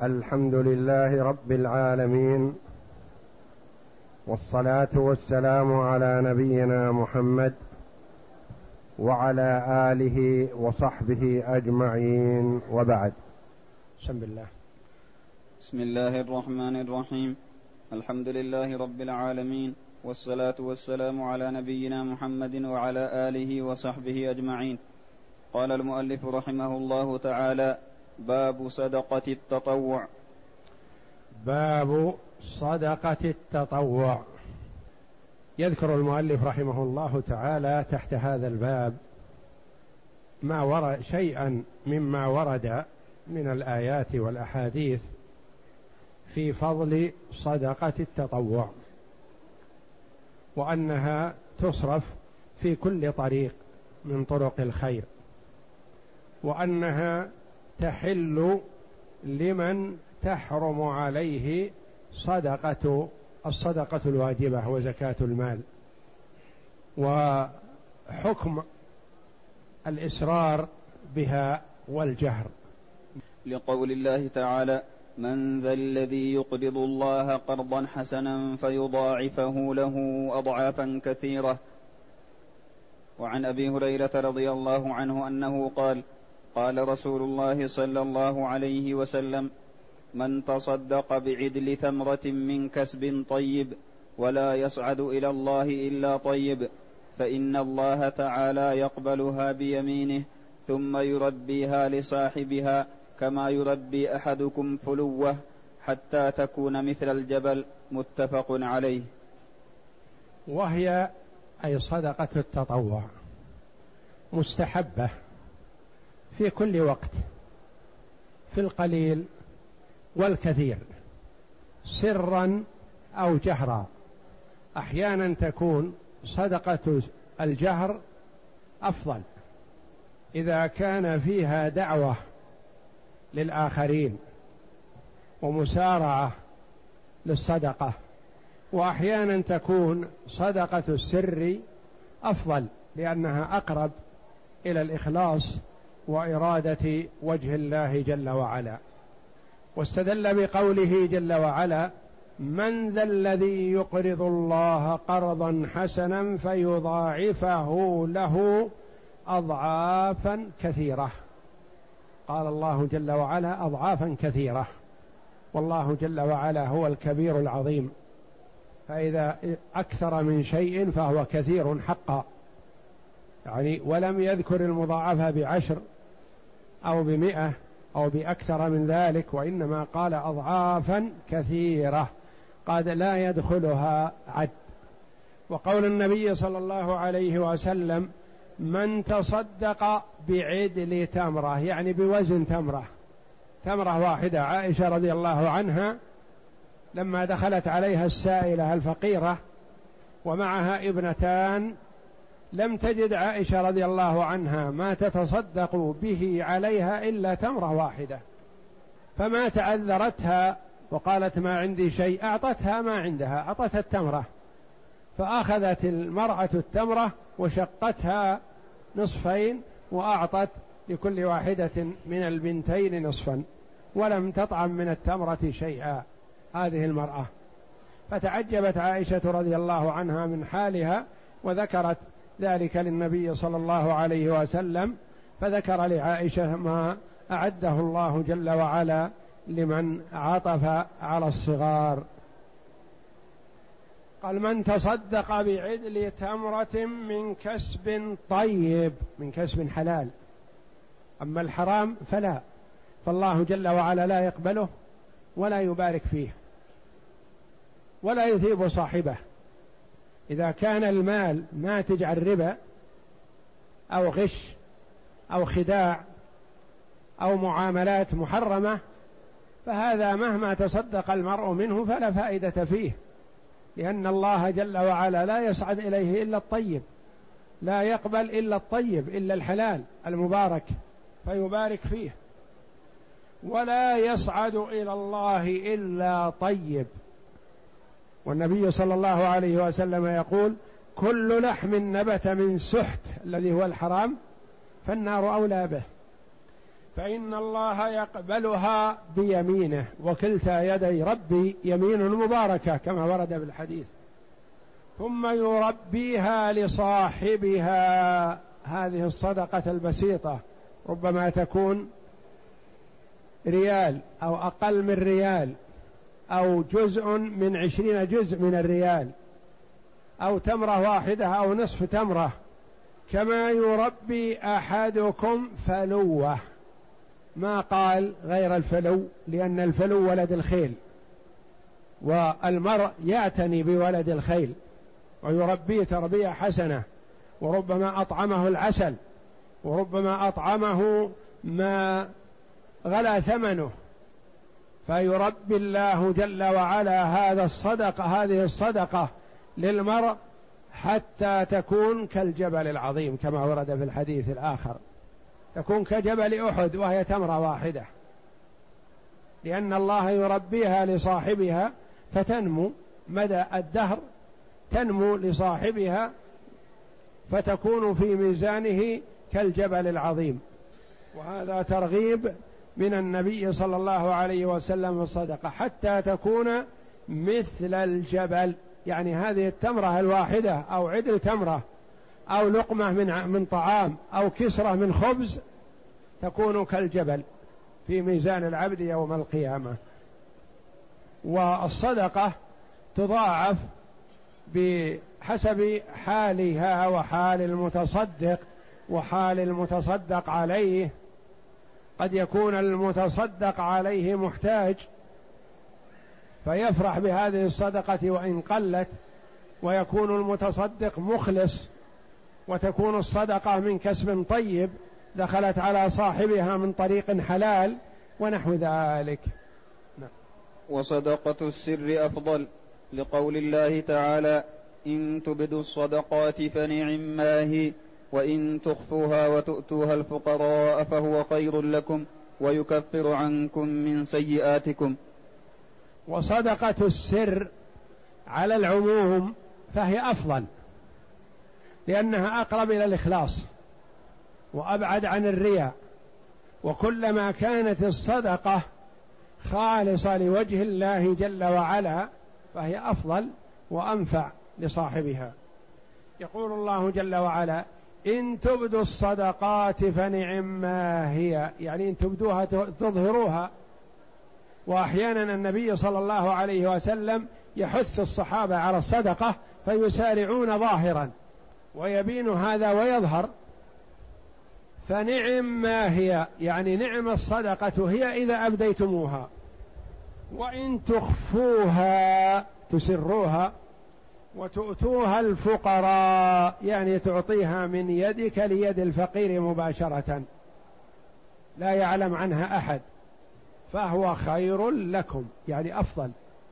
الحمد لله رب العالمين، والصلاة والسلام على نبينا محمد وعلى آله وصحبه أجمعين، وبعد. بسم الله الرحمن الرحيم. الحمد لله رب العالمين، والصلاة والسلام على نبينا محمد وعلى آله وصحبه أجمعين. قال المؤلف رحمه الله تعالى: باب صدقة التطوع. باب صدقة التطوع. يذكر المؤلف رحمه الله تعالى تحت هذا الباب شيئا مما ورد من الآيات والأحاديث في فضل صدقة التطوع، وأنها تصرف في كل طريق من طرق الخير، وأنها تحل لمن تحرم عليه الصدقة الواجبة وزكاة المال، وحكم الإسرار بها والجهر، لقول الله تعالى: من ذا الذي يقرض الله قرضا حسنا فيضاعفه له أضعافا كثيرة. وعن أبي هريرة رضي الله عنه أنه قال: قال رسول الله صلى الله عليه وسلم: من تصدق بعدل تمرة من كسب طيب ولا يصعد إلى الله إلا طيب، فإن الله تعالى يقبلها بيمينه ثم يربيها لصاحبها كما يربي أحدكم فلوه حتى تكون مثل الجبل. متفق عليه. وهي أي صدقة التطوع مستحبة في كل وقت، في القليل والكثير، سرا أو جهرا. أحيانا تكون صدقة الجهر أفضل إذا كان فيها دعوة للآخرين ومسارعة للصدقة، وأحيانا تكون صدقة السر أفضل لأنها أقرب إلى الإخلاص وإرادة وجه الله جل وعلا. واستدل بقوله جل وعلا: من ذا الذي يقرض الله قرضا حسنا فيضاعفه له أضعافا كثيرة. قال الله جل وعلا: أضعافا كثيرة، والله جل وعلا هو الكبير العظيم، فإذا أكثر من شيء فهو كثير حقا، يعني ولم يذكر المضاعفة ب10 أو ب100 أو بأكثر من ذلك، وإنما قال أضعافا كثيرة قد لا يدخلها عد. وقول النبي صلى الله عليه وسلم: من تصدق بعدل تمرة، يعني بوزن تمرة واحدة. عائشة رضي الله عنها لما دخلت عليها السائلة الفقيرة ومعها ابنتان، لم تجد عائشة رضي الله عنها ما تتصدق به عليها إلا تمرة واحدة، فما تعذرتها وقالت ما عندي شيء، أعطتها ما عندها، أعطتها التمرة. فأخذت المرأة التمرة وشقتها نصفين وأعطت لكل واحدة من البنتين نصفا، ولم تطعم من التمرة شيئا هذه المرأة. فتعجبت عائشة رضي الله عنها من حالها، وذكرت ذلك للنبي صلى الله عليه وسلم، فذكر لعائشة ما أعده الله جل وعلا لمن عطف على الصغار. قال: من تصدق بعدل تمرة من كسب طيب، من كسب حلال، أما الحرام فلا، فالله جل وعلا لا يقبله ولا يبارك فيه ولا يثيب صاحبه. إذا كان المال ناتج عن ربا أو غش أو خداع أو معاملات محرمة، فهذا مهما تصدق المرء منه فلا فائدة فيه، لأن الله جل وعلا لا يصعد إليه إلا الطيب، لا يقبل إلا الطيب، إلا الحلال المبارك فيبارك فيه، ولا يصعد إلى الله إلا طيب. والنبي صلى الله عليه وسلم يقول: كل لحم نبت من سحت الذي هو الحرام فالنار أولى به. فإن الله يقبلها بيمينه، وكلتا يدي ربي يمين مباركة كما ورد في الحديث، ثم يربيها لصاحبها. هذه الصدقة البسيطة ربما تكون ريال أو أقل من ريال، أو جزء من 20 جزء من الريال، أو تمرة واحدة أو نصف تمرة، كما يربي أحدكم فلوة. ما قال غير الفلو، لأن الفلو ولد الخيل، والمرء يعتني بولد الخيل ويربيه تربية حسنة، وربما أطعمه العسل، وربما أطعمه ما غلا ثمنه، فيربي الله جل وعلا هذه الصدقة للمرء حتى تكون كالجبل العظيم كما ورد في الحديث الآخر، تكون كجبل أحد وهي تمرة واحدة، لأن الله يربيها لصاحبها فتنمو مدى الدهر، تنمو لصاحبها فتكون في ميزانه كالجبل العظيم. وهذا ترغيب من النبي صلى الله عليه وسلم في الصدقة حتى تكون مثل الجبل، يعني هذه التمرة الواحدة أو عدل تمرة أو لقمة من طعام أو كسرة من خبز تكون كالجبل في ميزان العبد يوم القيامة. والصدقة تضاعف بحسب حالها وحال المتصدق وحال المتصدق عليه. قد يكون المتصدق عليه محتاج فيفرح بهذه الصدقة وإن قلت، ويكون المتصدق مخلص وتكون الصدقة من كسب طيب دخلت على صاحبها من طريق حلال ونحو ذلك. وصدقة السر أفضل، لقول الله تعالى: إن تبدوا الصدقات فنعما هي، وإن تخفوها وتؤتوها الفقراء فهو خير لكم ويكفر عنكم من سيئاتكم. وصدقة السر على العموم فهي أفضل، لأنها أقرب إلى الإخلاص وأبعد عن الرياء، وكلما كانت الصدقة خالصة لوجه الله جل وعلا فهي أفضل وأنفع لصاحبها. يقول الله جل وعلا: إن تبدوا الصدقات فنعما هي، يعني إن تبدوها تظهروها. وأحيانا النبي صلى الله عليه وسلم يحث الصحابة على الصدقة فيسارعون ظاهرا ويبين هذا ويظهر. فنعم ما هي، يعني نعم الصدقة هي إذا أبديتموها، وإن تخفوها تسروها وتؤتوها الفقراء، يعني تعطيها من يدك ليد الفقير مباشرة لا يعلم عنها أحد، فهو خير لكم، يعني أفضل.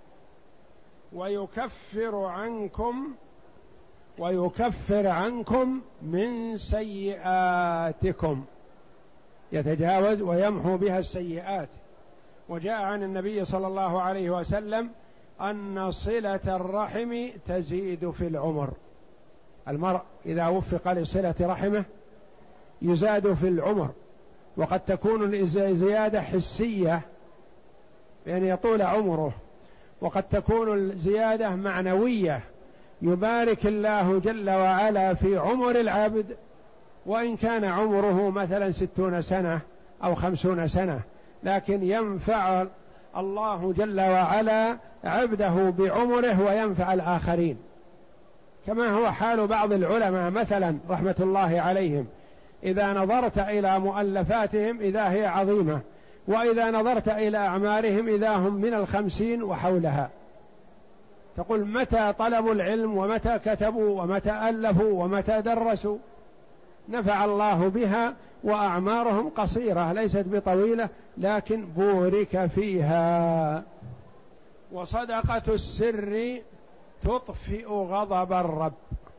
ويكفر عنكم من سيئاتكم، يتجاوز ويمحو بها السيئات. وجاء عن النبي صلى الله عليه وسلم أن صلة الرحم تزيد في العمر. المرء إذا وفق لصلة رحمه يزاد في العمر، وقد تكون الزيادة حسية يعني يطول عمره، وقد تكون الزيادة معنوية، يبارك الله جل وعلا في عمر العبد وإن كان عمره مثلا 60 سنة أو 50 سنة، لكن ينفع الله جل وعلا عبده بعمره وينفع الآخرين، كما هو حال بعض العلماء مثلا رحمة الله عليهم، إذا نظرت إلى مؤلفاتهم إذا هي عظيمة، وإذا نظرت إلى أعمارهم إذا هم من 50 وحولها، تقول متى طلبوا العلم ومتى كتبوا ومتى ألفوا ومتى درسوا؟ نفع الله بها وأعمارهم قصيرة ليست بطويلة لكن بورك فيها. وصدقة السر تطفئ غضب الرب،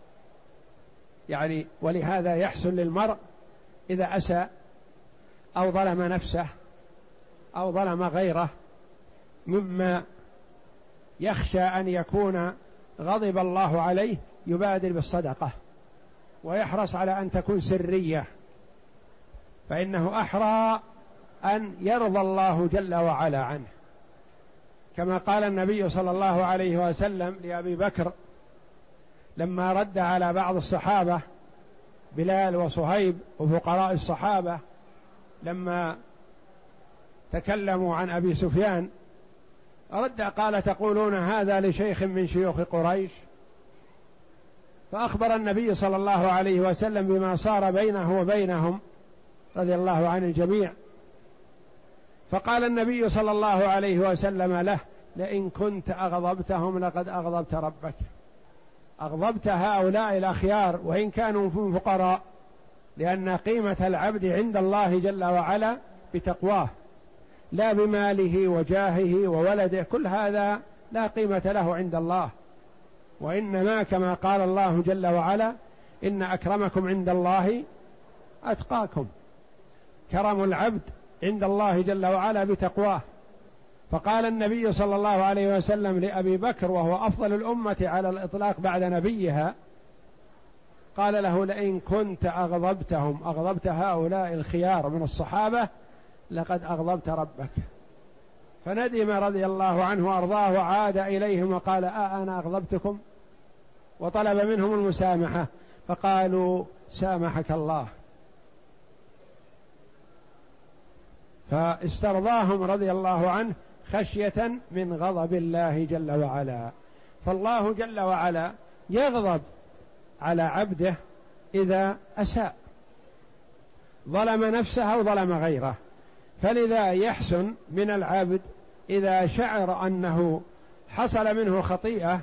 يعني ولهذا يحسن للمرء إذا أساء أو ظلم نفسه أو ظلم غيره مما يخشى أن يكون غضب الله عليه يبادر بالصدقة ويحرص على أن تكون سرية، فإنه أحرى أن يرضى الله جل وعلا عنه، كما قال النبي صلى الله عليه وسلم لأبي بكر لما رد على بعض الصحابة بلال وصهيب وفقراء الصحابة لما تكلموا عن أبي سفيان، رد قال: تقولون هذا لشيخ من شيوخ قريش؟ فأخبر النبي صلى الله عليه وسلم بما صار بينه وبينهم رضي الله عن الجميع، فقال النبي صلى الله عليه وسلم له: لئن كنت أغضبتهم لقد أغضبت ربك، أغضبت هؤلاء الأخيار وإن كانوا فقراء، لأن قيمة العبد عند الله جل وعلا بتقواه، لا بماله وجاهه وولده، كل هذا لا قيمة له عند الله، وإنما كما قال الله جل وعلا: إن أكرمكم عند الله أتقاكم. كرم العبد عند الله جل وعلا بتقواه. فقال النبي صلى الله عليه وسلم لأبي بكر وهو أفضل الأمة على الإطلاق بعد نبيها، قال له: لئن كنت أغضبتهم، أغضبت هؤلاء الخيار من الصحابة، لقد أغضبت ربك. فندم رضي الله عنه وأرضاه وعاد إليهم وقال: أنا أغضبتكم؟ وطلب منهم المسامحة، فقالوا: سامحك الله. فاسترضاهم رضي الله عنه خشية من غضب الله جل وعلا. فالله جل وعلا يغضب على عبده إذا أساء، ظلم نفسه أو ظلم غيره، فلذا يحسن من العبد إذا شعر أنه حصل منه خطيئة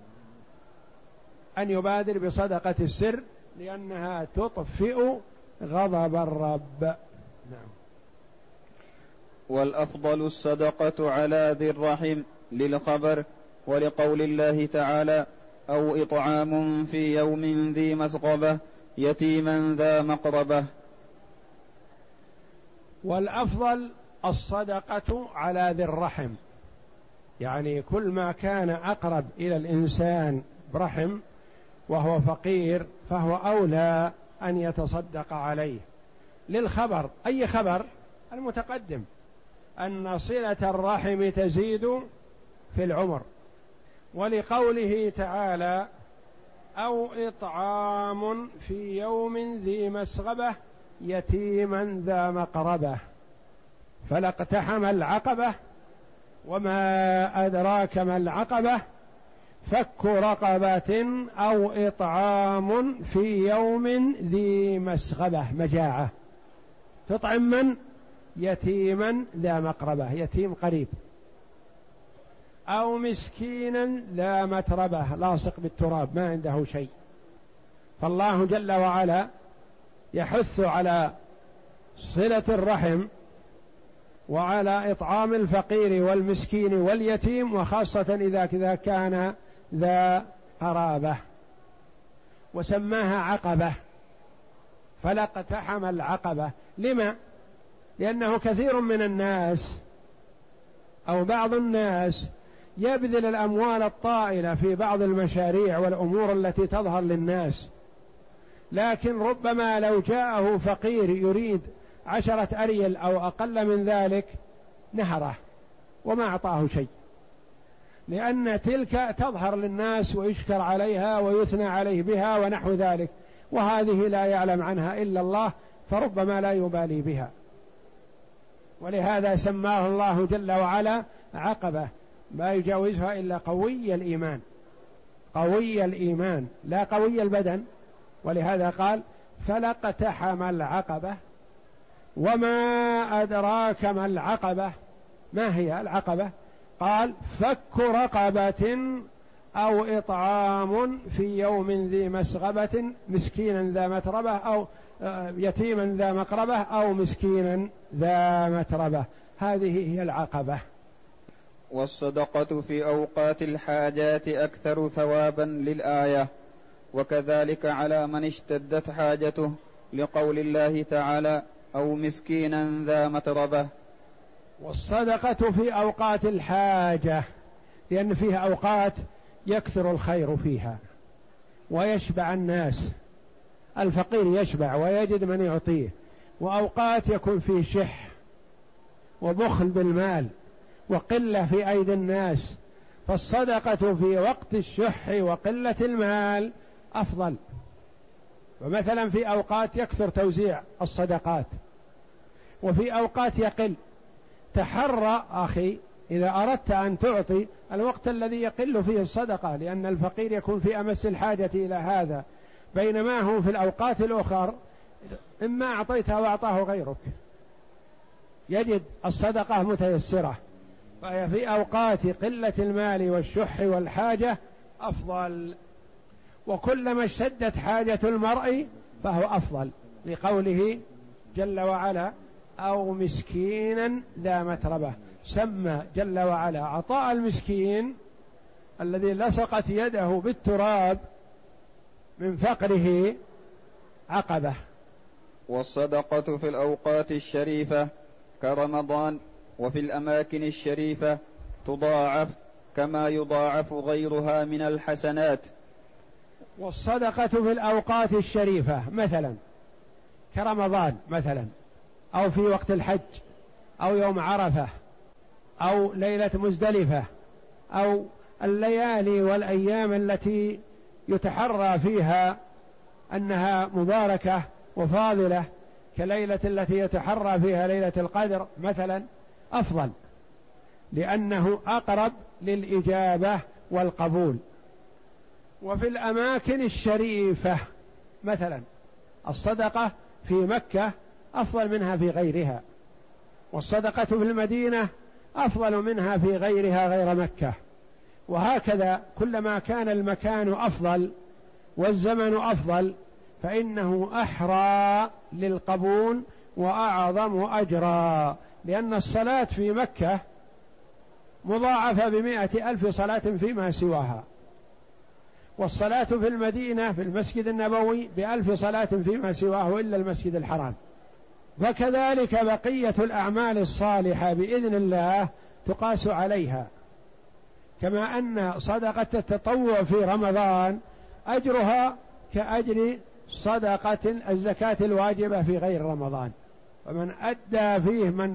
أن يبادر بصدقة السر، لأنها تطفئ غضب الرب. نعم. والأفضل الصدقة على ذي الرحم للخبر، ولقول الله تعالى: أو إطعام في يوم ذي مسغبة يتيما ذا مقربة. والأفضل الصدقة على ذي الرحم، يعني كل ما كان أقرب إلى الإنسان برحم وهو فقير فهو أولى أن يتصدق عليه. للخبر، أي خبر؟ المتقدم، أن صلة الرحم تزيد في العمر، ولقوله تعالى: أو إطعام في يوم ذي مسغبة يتيما ذا مقربة. فلاقتحم العقبة، وما أدراك ما العقبة، فك رقبة أو إطعام في يوم ذي مسغبة، مجاعة، تطعم من؟ يتيما ذا مقربة، يتيم قريب، أو مسكينا ذا متربة، لاصق بالتراب ما عنده شيء. فالله جل وعلا يحث على صلة الرحم وعلى إطعام الفقير والمسكين واليتيم، وخاصة إذا كان ذا قرابة، وسماها عقبة. فلاقتحم العقبة. لما؟ لأنه كثير من الناس أو بعض الناس يبذل الأموال الطائلة في بعض المشاريع والأمور التي تظهر للناس، لكن ربما لو جاءه فقير يريد 10 أريل أو أقل من ذلك نهره وما أعطاه شيء، لأن تلك تظهر للناس ويشكر عليها ويثنى عليه بها ونحو ذلك، وهذه لا يعلم عنها إلا الله، فربما لا يبالي بها. ولهذا سماه الله جل وعلا عقبة، ما يجاوزها إلا قوي الإيمان، قوي الإيمان لا قوي البدن. ولهذا قال: فلاقتحم العقبة. وما أدراك ما العقبة؟ ما هي العقبة؟ قال: فك رقبة أو إطعام في يوم ذي مسغبة مسكينا ذا متربة، أو يتيما ذا مقربة، أو مسكينا ذا متربة. هذه هي العقبة. والصدقة في أوقات الحاجات أكثر ثوابا للآية، وكذلك على من اشتدت حاجته، لقول الله تعالى: أو مسكينا ذا متربة. والصدقة في أوقات الحاجة، لأن فيها أوقات يكثر الخير فيها ويشبع الناس، الفقير يشبع ويجد من يعطيه، وأوقات يكون فيه شح وبخل بالمال وقلة في أيدي الناس، فالصدقة في وقت الشح وقلة المال أفضل. ومثلا في أوقات يكثر توزيع الصدقات وفي أوقات يقل. تحرى أخي إذا أردت أن تعطي الوقت الذي يقل فيه الصدقة، لأن الفقير يكون في أمس الحاجة إلى هذا، بينما هو في الأوقات الأخرى إما أعطيته وأعطاه غيرك يجد الصدقة متيسرة. فهي في أوقات قلة المال والشح والحاجة أفضل، وكلما اشتدت حاجة المرء فهو أفضل، لقوله جل وعلا أو مسكينا ذا متربة. سمى جل وعلا عطاء المسكين الذي لصقت يده بالتراب من فقره عقبة. والصدقة في الأوقات الشريفة كرمضان وفي الأماكن الشريفة تضاعف كما يضاعف غيرها من الحسنات. والصدقة في الأوقات الشريفة مثلا كرمضان مثلا، أو في وقت الحج، أو يوم عرفة، أو ليلة مزدلفة، أو الليالي والأيام التي يتحرى فيها أنها مباركة وفاضلة، كليلة التي يتحرى فيها ليلة القدر مثلا، أفضل لأنه أقرب للإجابة والقبول. وفي الأماكن الشريفة مثلا الصدقة في مكة أفضل منها في غيرها، والصدقة في المدينة أفضل منها في غيرها غير مكة، وهكذا كلما كان المكان أفضل والزمن أفضل فإنه أحرى للقبول وأعظم أجرا، لأن الصلاة في مكة مضاعفة ب100,000 صلاة فيما سواها، والصلاة في المدينة في المسجد النبوي ب1000 صلاة فيما سواه إلا المسجد الحرام. وكذلك بقية الأعمال الصالحة بإذن الله تقاس عليها، كما أن صدقة التطوع في رمضان أجرها كأجر صدقة الزكاة الواجبة في غير رمضان. ومن أدى فيه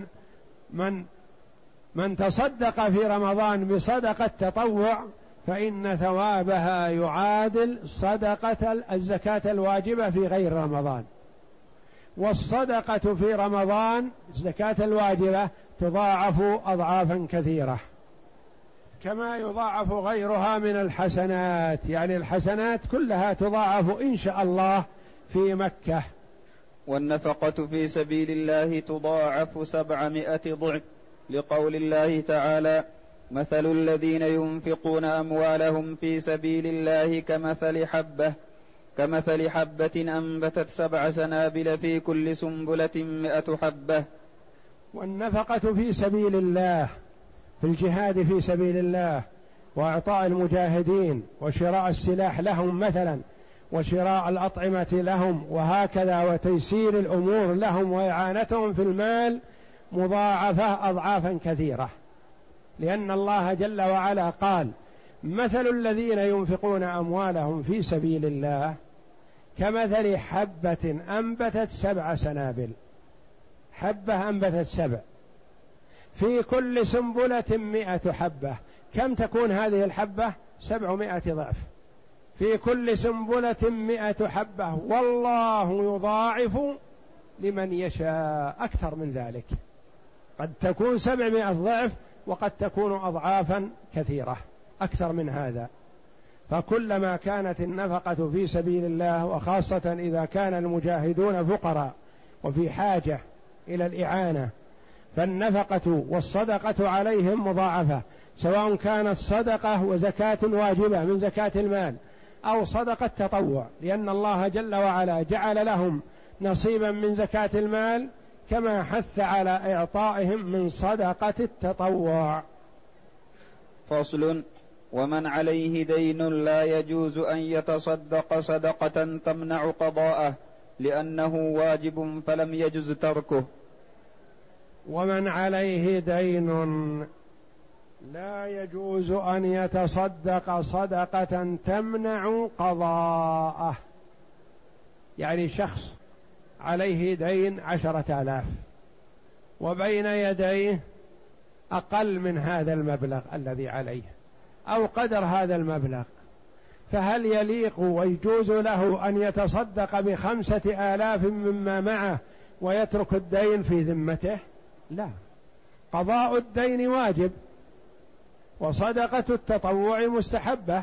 من تصدق في رمضان بصدقة تطوع فإن ثوابها يعادل صدقة الزكاة الواجبة في غير رمضان. والصدقة في رمضان الزكاة الواجبة تضاعف أضعافا كثيرة، كما يضاعف غيرها من الحسنات، يعني الحسنات كلها تضاعف إن شاء الله في مكة. والنفقة في سبيل الله تضاعف 700 ضعف، لقول الله تعالى مثل الذين ينفقون أموالهم في سبيل الله كمثل حبة أنبتت 7 سنابل في كل سنبلة 100 حبة. والنفقة في سبيل الله في الجهاد في سبيل الله وإعطاء المجاهدين وشراء السلاح لهم مثلا وشراء الأطعمة لهم وهكذا وتيسير الأمور لهم وإعانتهم في المال مضاعفة أضعافا كثيرة، لأن الله جل وعلا قال مثل الذين ينفقون أموالهم في سبيل الله كمثل حبة أنبتت 7 سنابل، حبة أنبتت 7 في كل سنبلة 100 حبة. كم تكون هذه الحبة؟ 700 ضعف، في كل سنبلة 100 حبة، والله يضاعف لمن يشاء أكثر من ذلك. قد تكون 700 ضعف وقد تكون أضعافا كثيرة أكثر من هذا. فكلما كانت النفقة في سبيل الله، وخاصة إذا كان المجاهدون فقراء وفي حاجة إلى الإعانة، فالنفقة والصدقة عليهم مضاعفة، سواء كانت صدقة وزكاة واجبة من زكاة المال أو صدقة تطوع، لأن الله جل وعلا جعل لهم نصيبا من زكاة المال كما حث على إعطائهم من صدقة التطوع. فصل: ومن عليه دين لا يجوز أن يتصدق صدقة تمنع قضاءه لأنه واجب فلم يجز تركه. ومن عليه دين لا يجوز أن يتصدق صدقة تمنع قضاءه، يعني شخص عليه دين 10,000 وبين يديه أقل من هذا المبلغ الذي عليه أو قدر هذا المبلغ، فهل يليق ويجوز له أن يتصدق ب5,000 مما معه ويترك الدين في ذمته؟ لا، قضاء الدين واجب وصدقة التطوع مستحبة،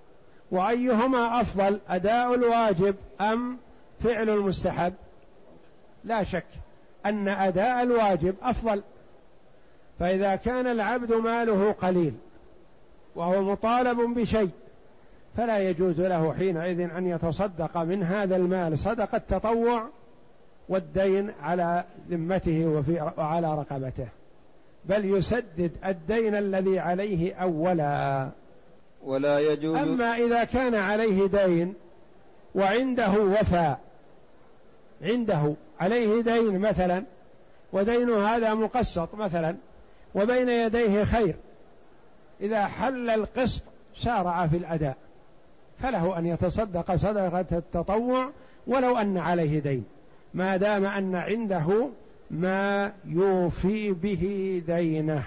وأيهما أفضل، أداء الواجب أم فعل المستحب؟ لا شك أن أداء الواجب أفضل. فإذا كان العبد ماله قليل وهو مطالب بشيء فلا يجوز له حينئذ أن يتصدق من هذا المال صدقة تطوع والدين على ذمته وعلى رقبته، بل يسدد الدين الذي عليه أولا. ولا يجوز. أما إذا كان عليه دين وعنده وفاء، عنده عليه دين مثلا ودينه هذا مقسط مثلا وبين يديه خير، إذا حل القسط سارع في الأداء فله أن يتصدق صدقة التطوع ولو أن عليه دين، ما دام أن عنده ما يوفي به دينه.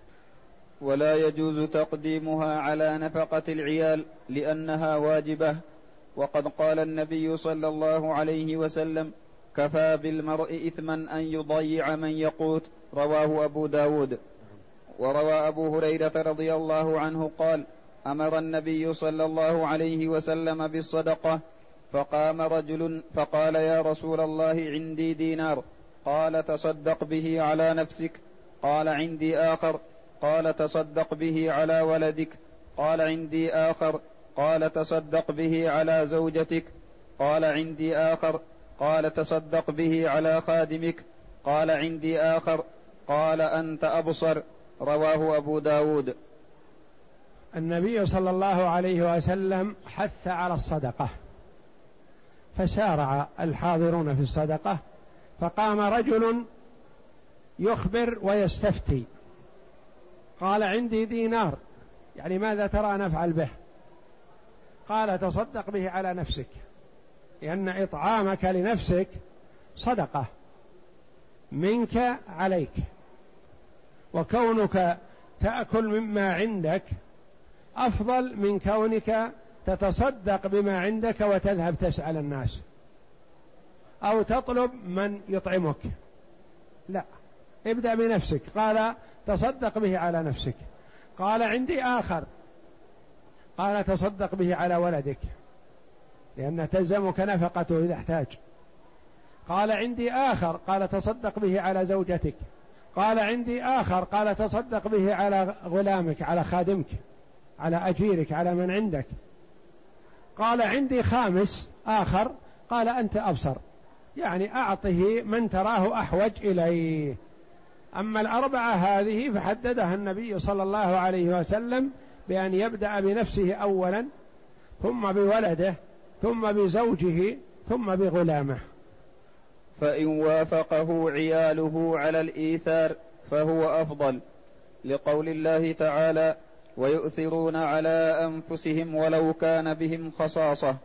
ولا يجوز تقديمها على نفقة العيال لأنها واجبة، وقد قال النبي صلى الله عليه وسلم: كفى بالمرء إثما أن يضيع من يقوت، رواه أبو داود. وروى أبو هريرة رضي الله عنه قال: أمر النبي صلى الله عليه وسلم بالصدقة، فقام رجل فقال: يا رسول الله عندي دينار. قال: تصدق به على نفسك. قال: عندي آخر. قال: تصدق به على ولدك. قال: عندي آخر. قال: تصدق به على زوجتك. قال: عندي آخر. قال: تصدق به على خادمك. قال: عندي آخر. قال: أنت أبصر. رواه أبو داود. النبي صلى الله عليه وسلم حث على الصدقة، فسارع الحاضرون في الصدقة، فقام رجل يخبر ويستفتي، قال: عندي دينار، يعني ماذا ترى نفعل به؟ قال: تصدق به على نفسك، لأن إطعامك لنفسك صدقة منك عليك، وكونك تأكل مما عندك أفضل من كونك تتصدق بما عندك وتذهب تسأل الناس أو تطلب من يطعمك. لا، ابدأ بنفسك. قال: تصدق به على نفسك. قال: عندي آخر. قال: تصدق به على ولدك، لأن تلزمك نفقته إذا احتاج. قال: عندي آخر. قال: تصدق به على زوجتك. قال: عندي آخر. قال: تصدق به على غلامك، على خادمك، على أجيرك، على من عندك. قال: عندي خامس آخر. قال: أنت أبصر، يعني أعطه من تراه أحوج إليه. أما الأربعة هذه فحددها النبي صلى الله عليه وسلم بأن يبدأ بنفسه أولا، ثم بولده، ثم بزوجه، ثم بغلامه. فإن وافقه عياله على الإيثار فهو أفضل، لقول الله تعالى: ويؤثرون على أنفسهم ولو كان بهم خصاصة.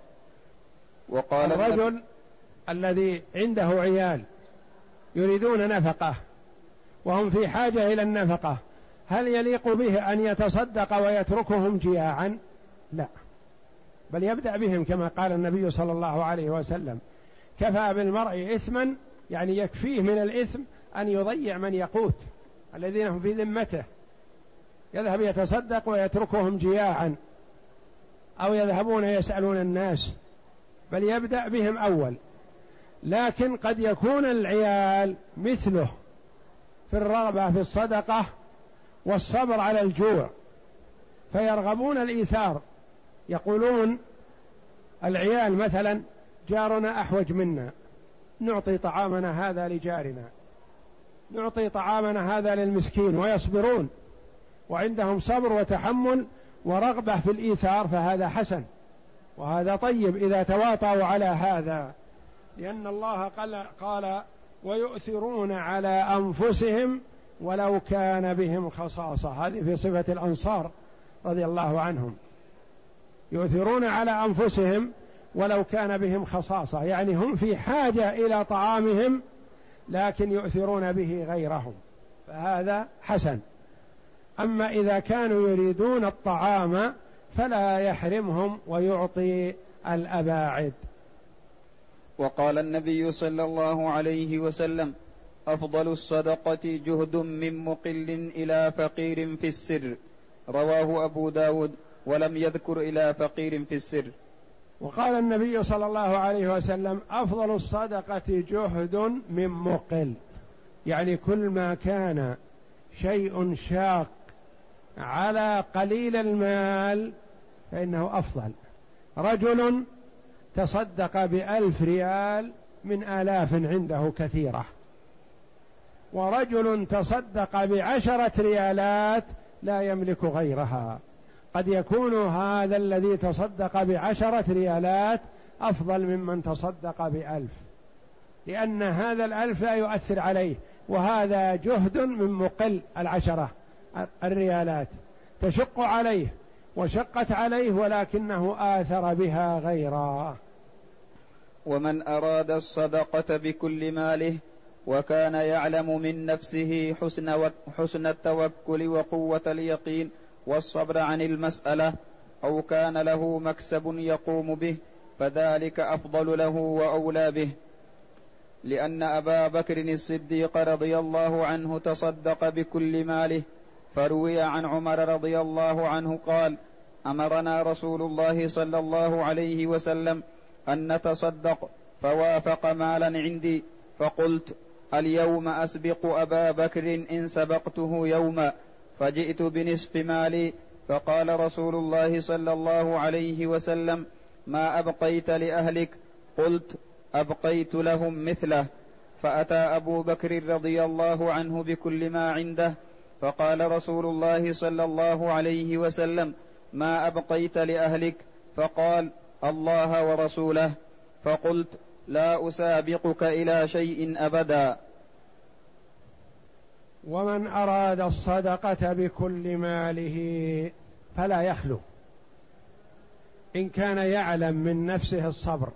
وقال الرجل الذي عنده عيال يريدون نفقة وهم في حاجة إلى النفقة، هل يليق به أن يتصدق ويتركهم جياعا؟ لا، بل يبدأ بهم كما قال النبي صلى الله عليه وسلم: كفى بالمرء إثما، يعني يكفيه من الإثم أن يضيع من يقوت الذين هم في ذمته، يذهب يتصدق ويتركهم جياعا أو يذهبون يسألون الناس، بل يبدأ بهم أول. لكن قد يكون العيال مثله في الرغبة في الصدقة والصبر على الجوع، فيرغبون الإيثار، يقولون العيال مثلا جارنا أحوج منا، نعطي طعامنا هذا لجارنا، نعطي طعامنا هذا للمسكين، ويصبرون وعندهم صبر وتحمل ورغبة في الإيثار، فهذا حسن وهذا طيب إذا تواطؤوا على هذا، لأن الله قال: ويؤثرون على أنفسهم ولو كان بهم خصاصة. هذه في صفة الأنصار رضي الله عنهم، يؤثرون على أنفسهم ولو كان بهم خصاصة، يعني هم في حاجة إلى طعامهم لكن يؤثرون به غيرهم، فهذا حسن. أما إذا كانوا يريدون الطعام فلا يحرمهم ويعطي الأباعد. وقال النبي صلى الله عليه وسلم: أفضل الصدقة جهد من مقل إلى فقير في السر. رواه أبو داود ولم يذكر إلى فقير في السر. وقال النبي صلى الله عليه وسلم: أفضل الصدقة جهد من مقل، يعني كل ما كان شيء شاق على قليل المال فإنه أفضل. رجل تصدق ب1,000 ريال من آلاف عنده كثيرة، ورجل تصدق ب10 ريالات لا يملك غيرها. قد يكون هذا الذي تصدق ب10 ريالات أفضل ممن تصدق ب1,000، لأن هذا 1,000 لا يؤثر عليه، وهذا جهد من مقل 10 الريالات تشق عليه وشقت عليه ولكنه آثر بها غيره. ومن أراد الصدقة بكل ماله وكان يعلم من نفسه حسن التوكل وقوة اليقين والصبر عن المسألة، أو كان له مكسب يقوم به، فذلك أفضل له وأولى به. لأن أبا بكر الصديق رضي الله عنه تصدق بكل ماله، فروي عن عمر رضي الله عنه قال: أمرنا رسول الله صلى الله عليه وسلم أن نتصدق، فوافق مالا عندي، فقلت: اليوم أسبق أبا بكر إن سبقته يوما، فجئت بنصف مالي، فقال رسول الله صلى الله عليه وسلم: ما أبقيت لأهلك؟ قلت: أبقيت لهم مثله. فأتى أبو بكر رضي الله عنه بكل ما عنده، فقال رسول الله صلى الله عليه وسلم: ما أبقيت لأهلك؟ فقال: الله ورسوله. فقلت: لا أسابقك إلى شيء أبدا. ومن أراد الصدقة بكل ماله فلا يخلو، إن كان يعلم من نفسه الصبر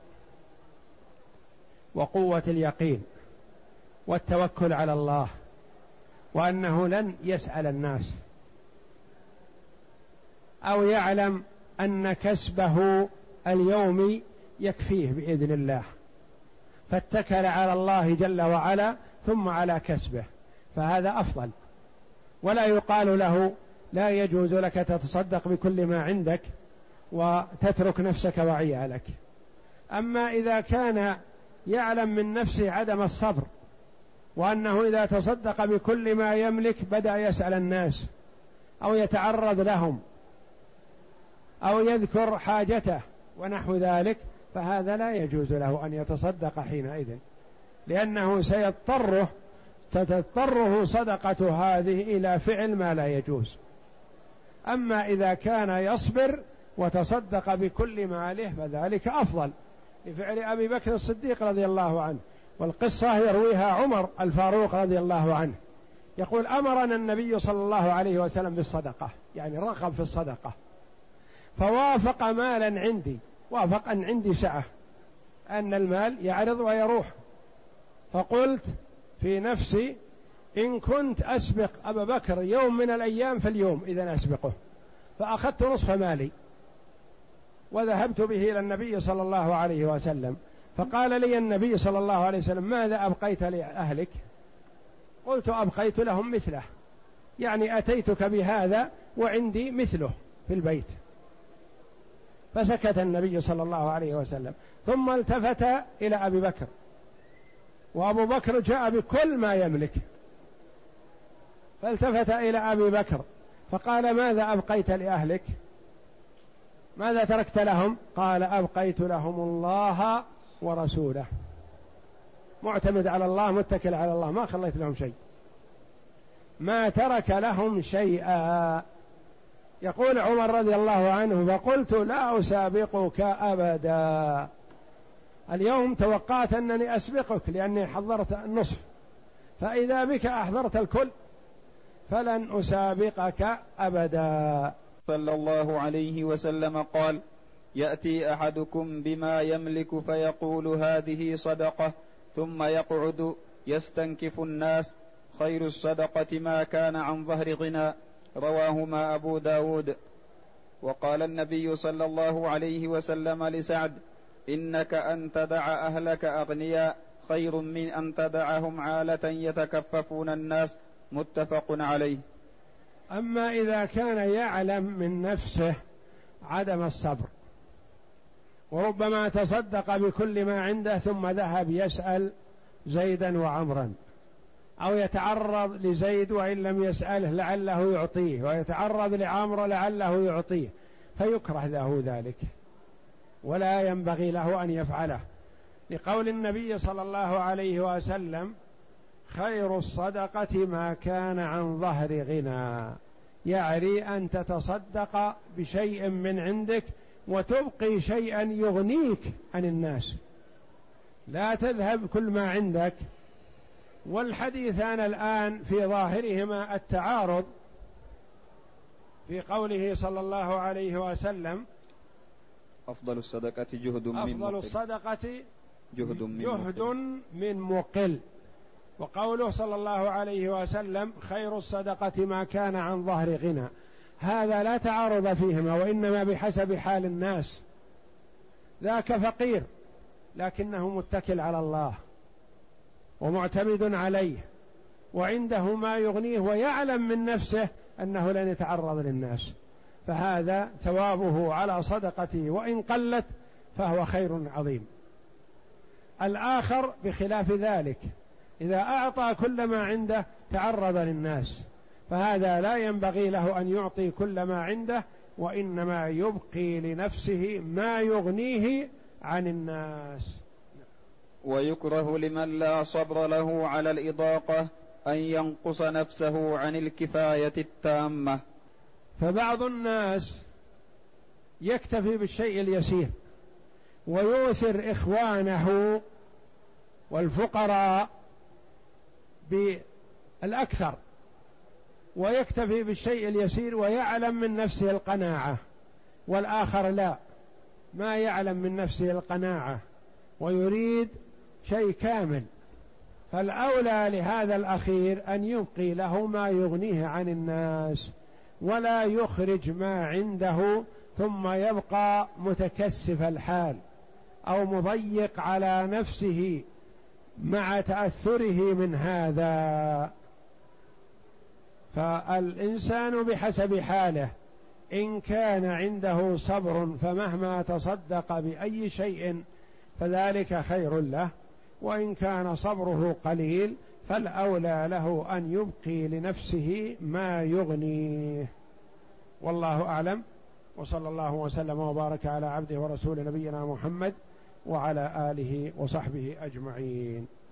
وقوة اليقين والتوكل على الله، وأنه لن يسأل الناس، أو يعلم أن كسبه اليوم يكفيه بإذن الله، فاتكل على الله جل وعلا ثم على كسبه، فهذا أفضل. ولا يقال له لا يجوز لك تتصدق بكل ما عندك وتترك نفسك وعيالك. أما إذا كان يعلم من نفسه عدم الصبر، وأنه إذا تصدق بكل ما يملك بدأ يسأل الناس أو يتعرض لهم أو يذكر حاجته ونحو ذلك، فهذا لا يجوز له أن يتصدق حينئذ، لأنه تضطره صدقة هذه إلى فعل ما لا يجوز. أما إذا كان يصبر وتصدق بكل ماله فذلك أفضل، لفعل أبي بكر الصديق رضي الله عنه. والقصة يرويها عمر الفاروق رضي الله عنه، يقول: أمرنا النبي صلى الله عليه وسلم بالصدقة، يعني رغب في الصدقة، فوافق مالا عندي، وافق أن عندي سعة أن المال يعرض ويروح، فقلت في نفسي: إن كنت أسبق أبا بكر يوم من الأيام فاليوم إذا أسبقه، فأخذت نصف مالي وذهبت به إلى النبي صلى الله عليه وسلم، فقال لي النبي صلى الله عليه وسلم: ماذا أبقيت لأهلك؟ قلت: أبقيت لهم مثله، يعني أتيتك بهذا وعندي مثله في البيت. فسكت النبي صلى الله عليه وسلم، ثم التفت إلى أبي بكر، وأبو بكر جاء بكل ما يملك، فالتفت إلى أبي بكر فقال: ماذا أبقيت لأهلك؟ ماذا تركت لهم؟ قال: أبقيت لهم الله ورسوله، معتمد على الله، متكل على الله، ما خليت لهم شيء، ما ترك لهم شيئا. يقول عمر رضي الله عنه: فقلت: لا أسابقك أبدا، اليوم توقعت أنني أسبقك لأني حضرت النصف، فإذا بك أحضرت الكل، فلن أسابقك أبدا. صلى الله عليه وسلم قال: يأتي أحدكم بما يملك فيقول: هذه صدقة، ثم يقعد يستنكف الناس. خير الصدقة ما كان عن ظهر غنى. رواهما أبو داود. وقال النبي صلى الله عليه وسلم لسعد: إنك أن تدع أهلك أغنياء خير من أن تدعهم عالة يتكففون الناس. متفق عليه. أما إذا كان يعلم من نفسه عدم الصبر، وربما تصدق بكل ما عنده ثم ذهب يسأل زيدا وعمرا، أو يتعرض لزيد وإن لم يسأله لعله يعطيه، ويتعرض لعمر لعله يعطيه، فيكره له ذلك ولا ينبغي له أن يفعله، لقول النبي صلى الله عليه وسلم: خير الصدقة ما كان عن ظهر غنى. يعني أن تتصدق بشيء من عندك وتبقي شيئا يغنيك عن الناس، لا تذهب كل ما عندك. والحديثان الآن في ظاهرهما التعارض، في قوله صلى الله عليه وسلم: أفضل الصدقة جهد من أفضل مقل. الصدقة جهد من مقل. وقوله صلى الله عليه وسلم: خير الصدقة ما كان عن ظهر غنى. هذا لا تعارض فيهما، وإنما بحسب حال الناس. ذاك فقير لكنه متكل على الله ومعتمد عليه، وعنده ما يغنيه، ويعلم من نفسه أنه لن يتعرض للناس، فهذا ثوابه على صدقته وإن قلت فهو خير عظيم. الآخر بخلاف ذلك، إذا أعطى كل ما عنده تعرض للناس، فهذا لا ينبغي له أن يعطي كل ما عنده، وإنما يبقي لنفسه ما يغنيه عن الناس. ويكره لمن لا صبر له على الإضاقة أن ينقص نفسه عن الكفاية التامة. فبعض الناس يكتفي بالشيء اليسير ويؤثر إخوانه والفقراء بالأكثر، ويكتفي بالشيء اليسير ويعلم من نفسه القناعة، والآخر لا، ما يعلم من نفسه القناعة ويريد شيء كامل. فالأولى لهذا الأخير أن يبقي له ما يغنيه عن الناس، ولا يخرج ما عنده ثم يبقى متكسف الحال أو مضيق على نفسه مع تأثره من هذا. فالإنسان بحسب حاله، إن كان عنده صبر فمهما تصدق بأي شيء فذلك خير له، وإن كان صبره قليل فالأولى له أن يبقي لنفسه ما يغنيه. والله أعلم، وصلى الله وسلم وبارك على عبده ورسول نبينا محمد وعلى آله وصحبه أجمعين.